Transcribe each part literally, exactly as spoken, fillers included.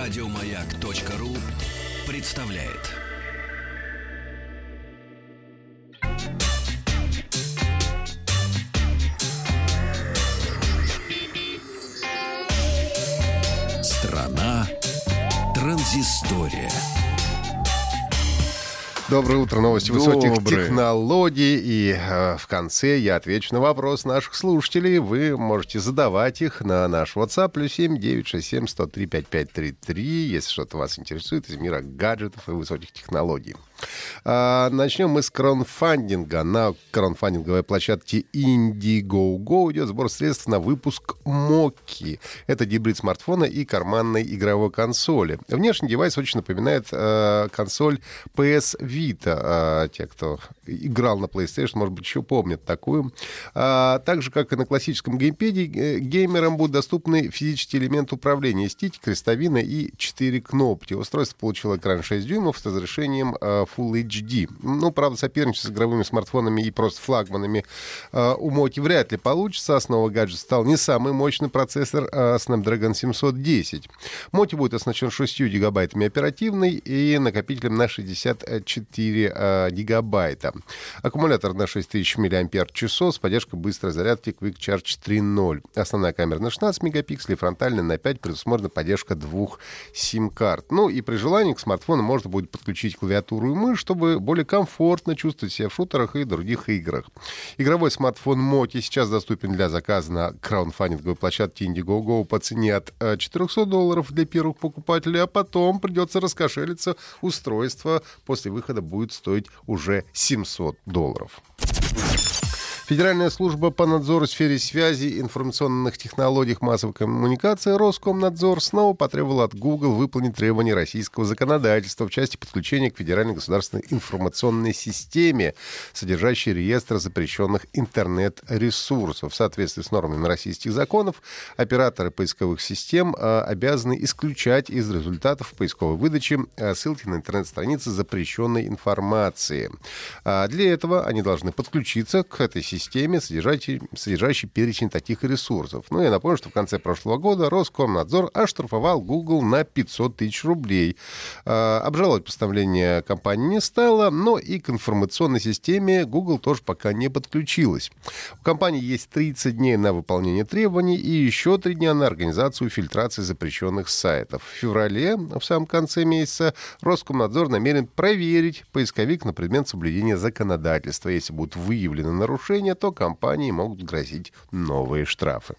Радиомаяк.ру представляет. Страна транзистория. Доброе утро, новости высоких Доброе. технологий. И э, в конце я отвечу на вопрос наших слушателей. Вы можете задавать их на наш WhatsApp плюс семь девятьсот шестьдесят семь сто три пятьдесят пять тридцать три, если что-то вас интересует из мира гаджетов и высоких технологий. А, начнем мы с краудфандинга. На краудфандинговой площадке Indiegogo идет сбор средств на выпуск Moki. Это гибрид смартфона и карманной игровой консоли. Внешний девайс очень напоминает э, консоль пи эс Vita. Э, те, кто играл на PlayStation, может быть, еще помнят такую. А, так же, как и на классическом геймпеде, геймерам будут доступны физические элементы управления: стики, крестовина и четыре кнопки. Устройство получило экран шесть дюймов с разрешением э, Full эйч ди. Ну, правда, соперничать с игровыми смартфонами и просто флагманами э, у Moki вряд ли получится. Основа гаджета стал не самый мощный процессор э, Snapdragon семьсот десять. Moki будет оснащен шестью гигабайтами оперативной и накопителем на шестьдесят четыре э, гигабайта. Аккумулятор на шесть тысяч миллиампер-часов с поддержкой быстрой зарядки Quick Charge три ноль. Основная камера на шестнадцать мегапикселей, фронтальная на пять, предусмотрена поддержка двух сим-карт. Ну и при желании к смартфону можно будет подключить клавиатуру и мышь, чтобы более комфортно чувствовать себя в шутерах и других играх. Игровой смартфон Moki сейчас доступен для заказа на краудфандинговой площадке Indiegogo по цене от четыреста долларов для первых покупателей, а потом придется раскошелиться. Устройство после выхода будет стоить уже семьсот долларов. Федеральная служба по надзору в сфере связи, информационных технологий, массовой коммуникации Роскомнадзор снова потребовал от Google выполнить требования российского законодательства в части подключения к Федеральной государственной информационной системе, содержащей реестр запрещенных интернет-ресурсов. В соответствии с нормами российских законов, операторы поисковых систем а, обязаны исключать из результатов поисковой выдачи а, ссылки на интернет-страницы запрещенной информации. А для этого они должны подключиться к этой системе, системе, содержащей, содержащей перечень таких ресурсов. Ну, я напомню, что в конце прошлого года Роскомнадзор оштрафовал Google на пятьсот тысяч рублей. Э, обжаловать постановление компании не стало, но и к информационной системе Google тоже пока не подключилась. У компании есть тридцать дней на выполнение требований и еще три дня на организацию фильтрации запрещенных сайтов. В феврале, в самом конце месяца, Роскомнадзор намерен проверить поисковик на предмет соблюдения законодательства. Если будут выявлены нарушения, то компании могут грозить новые штрафы.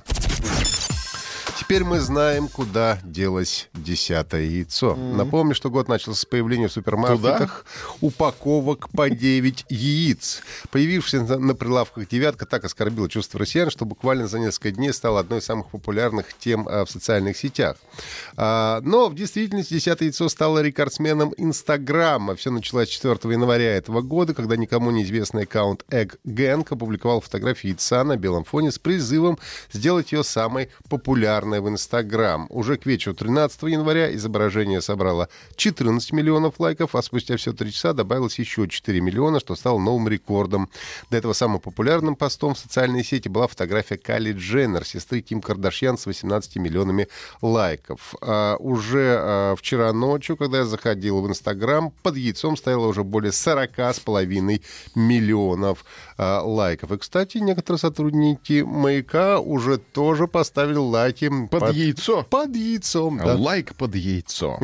Теперь мы знаем, куда делось десятое яйцо. Mm-hmm. Напомню, что год начался с появления в супермаркетах Туда? упаковок по девять яиц. Появившаяся на прилавках девятка так оскорбила чувства россиян, что буквально за несколько дней стала одной из самых популярных тем а, в социальных сетях. А, но в действительности десятое яйцо стало рекордсменом Инстаграма. Все началось четвёртого января этого года, когда никому неизвестный аккаунт Egg Gang опубликовал фотографии яйца на белом фоне с призывом сделать ее самой популярной в Инстаграм. Уже к вечеру тринадцатого января изображение собрало четырнадцать миллионов лайков, а спустя всего три часа добавилось еще четыре миллиона, что стало новым рекордом. До этого самым популярным постом в социальной сети была фотография Кайли Дженнер, сестры Ким Кардашьян, с восемнадцатью миллионами лайков. А уже а, вчера ночью, когда я заходил в Инстаграм, под яйцом стояло уже более сорок с половиной миллионов а, лайков. И, кстати, некоторые сотрудники «Маяка» уже тоже поставили лайки Под, под яйцо? Под яйцом, да. Лайк под яйцо.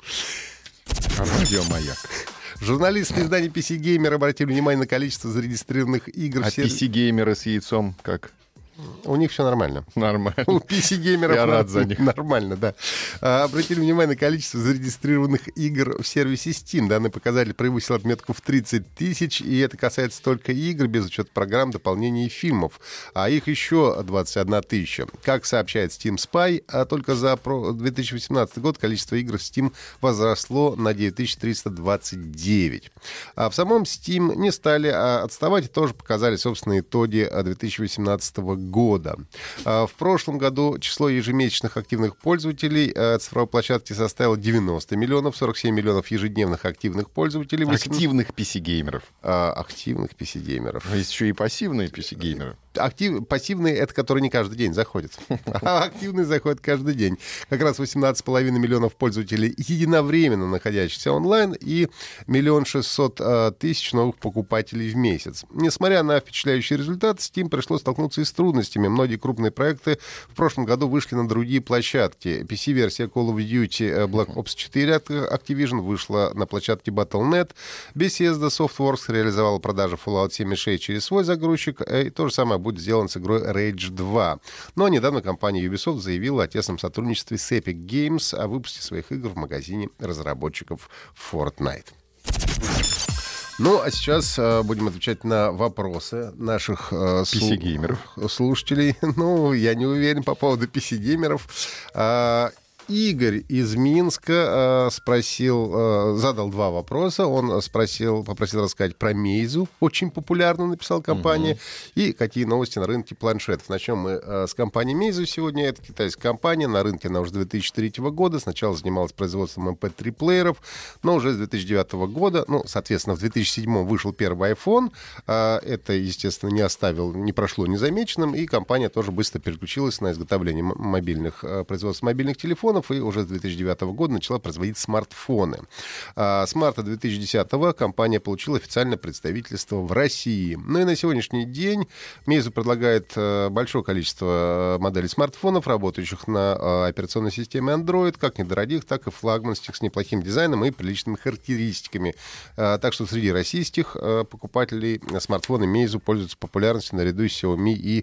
Радиомаяк. Журналисты издания пи си Gamer обратили внимание на количество зарегистрированных игр. А все... пи си Геймеры с яйцом как? У них все нормально. Нормально. У пи си Геймеров Я рад за них. Нормально, да. А, обратили внимание на количество зарегистрированных игр в сервисе Steam. Данный показатель превысил отметку в тридцать тысяч, и это касается только игр, без учета программ, дополнений и фильмов. А их еще двадцать одна тысяча. Как сообщает Steam Spy, а только за две тысячи восемнадцатый год количество игр в Steam возросло на девять тысяч триста двадцать девять. А в самом Steam не стали отставать и тоже показали собственные итоги две тысячи восемнадцатого года. года. В прошлом году число ежемесячных активных пользователей цифровой площадки составило девяносто миллионов, сорок семь миллионов ежедневных активных пользователей. Активных пи си-геймеров. А, активных пи си-геймеров. Есть еще и пассивные пи си-геймеры. Актив, пассивные — это которые не каждый день заходят. А активные заходят каждый день. Как раз восемнадцать с половиной миллионов пользователей единовременно находящихся онлайн и миллион шестьсот тысяч новых покупателей в месяц. Несмотря на впечатляющий результат, Steam пришлось столкнуться и с трудностями. Многие крупные проекты в прошлом году вышли на другие площадки. пи си-версия Call of Duty Black Ops четыре от Activision вышла на площадке батл точка нет. Bethesda Softworks реализовала продажи Fallout семьдесят шесть через свой загрузчик. И то же самое будет сделано с игрой Rage два. Но недавно компания Ubisoft заявила о тесном сотрудничестве с Epic Games о выпуске своих игр в магазине разработчиков Fortnite. Ну, а сейчас э, будем отвечать на вопросы наших э, пи си-геймеров. слушателей. Ну, я не уверен по поводу пи си-геймеров. Э, Игорь из Минска э, спросил, э, задал два вопроса. Он спросил, попросил рассказать про Meizu, очень популярно написал компания, угу. и какие новости на рынке планшетов. Начнем мы э, с компании Meizu сегодня. Это китайская компания, на рынке она уже с две тысячи третьего года. Сначала занималась производством эм пи три плееров, но уже с две тысячи девятого года, ну, соответственно, в две тысячи седьмом вышел первый iPhone. Э, это, естественно, не оставил, не прошло незамеченным, и компания тоже быстро переключилась на изготовление мобильных, э, производство мобильных телефонов, и уже с две тысячи девятого года начала производить смартфоны. С марта две тысячи десятого компания получила официальное представительство в России. Ну и на сегодняшний день Meizu предлагает большое количество моделей смартфонов, работающих на операционной системе Android, как недорогих, так и флагманских, с неплохим дизайном и приличными характеристиками. Так что среди российских покупателей смартфоны Meizu пользуются популярностью наряду с Xiaomi и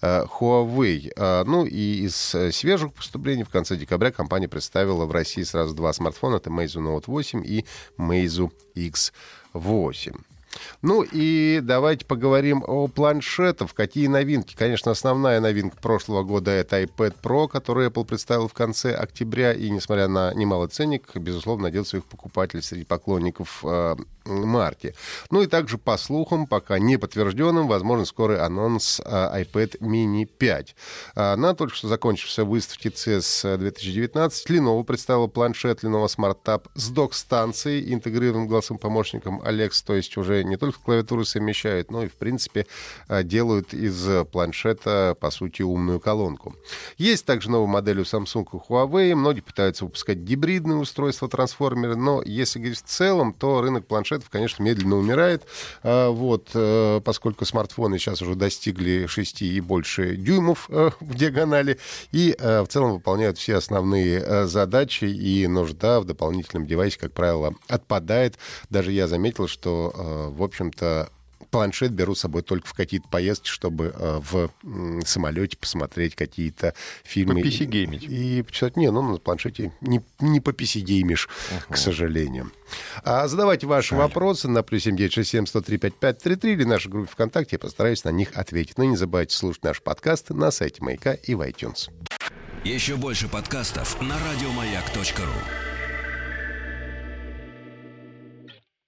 Huawei. Ну и из свежих поступлений в конце декабря компания Компания представила в России сразу два смартфона. Это Meizu Note восемь и Meizu икс восемь. Ну и давайте поговорим о планшетах. Какие новинки? Конечно, основная новинка прошлого года — это iPad Pro, который Apple представил в конце октября. И, несмотря на немалый ценник, безусловно, найдет своих покупателей среди поклонников э, марки. Ну и также, по слухам, пока не подтвержденным, возможно, скорый анонс э, iPad Mini пять. Э, на только что закончившейся выставке си и эс две тысячи девятнадцать Lenovo представила планшет Lenovo Smart Tab с док-станцией и интегрированным голосовым помощником Alexa, то есть уже не только клавиатуру совмещают, но и, в принципе, делают из планшета, по сути, умную колонку. Есть также новые модели у Samsung и Huawei. Многие пытаются выпускать гибридные устройства, трансформеры, но если говорить в целом, то рынок планшетов, конечно, медленно умирает. Вот, поскольку смартфоны сейчас уже достигли шести и больше дюймов в диагонали и в целом выполняют все основные задачи, и нужда в дополнительном девайсе, как правило, отпадает. Даже я заметил, что в общем-то, планшет беру с собой только в какие-то поездки, чтобы э, в э, самолете посмотреть какие-то фильмы. По пи си-геймить. И, и почитать. Не, ну на планшете не, не по пи си-геймишь, uh-huh. к сожалению. А задавайте ваши Жаль. вопросы на плюс семь девять шесть семь сто три пять пять три три или нашей группе ВКонтакте. Я постараюсь на них ответить. Но не забывайте слушать наши подкасты на сайте Маяка и в iTunes. Еще больше подкастов на радиомаяк точка ру.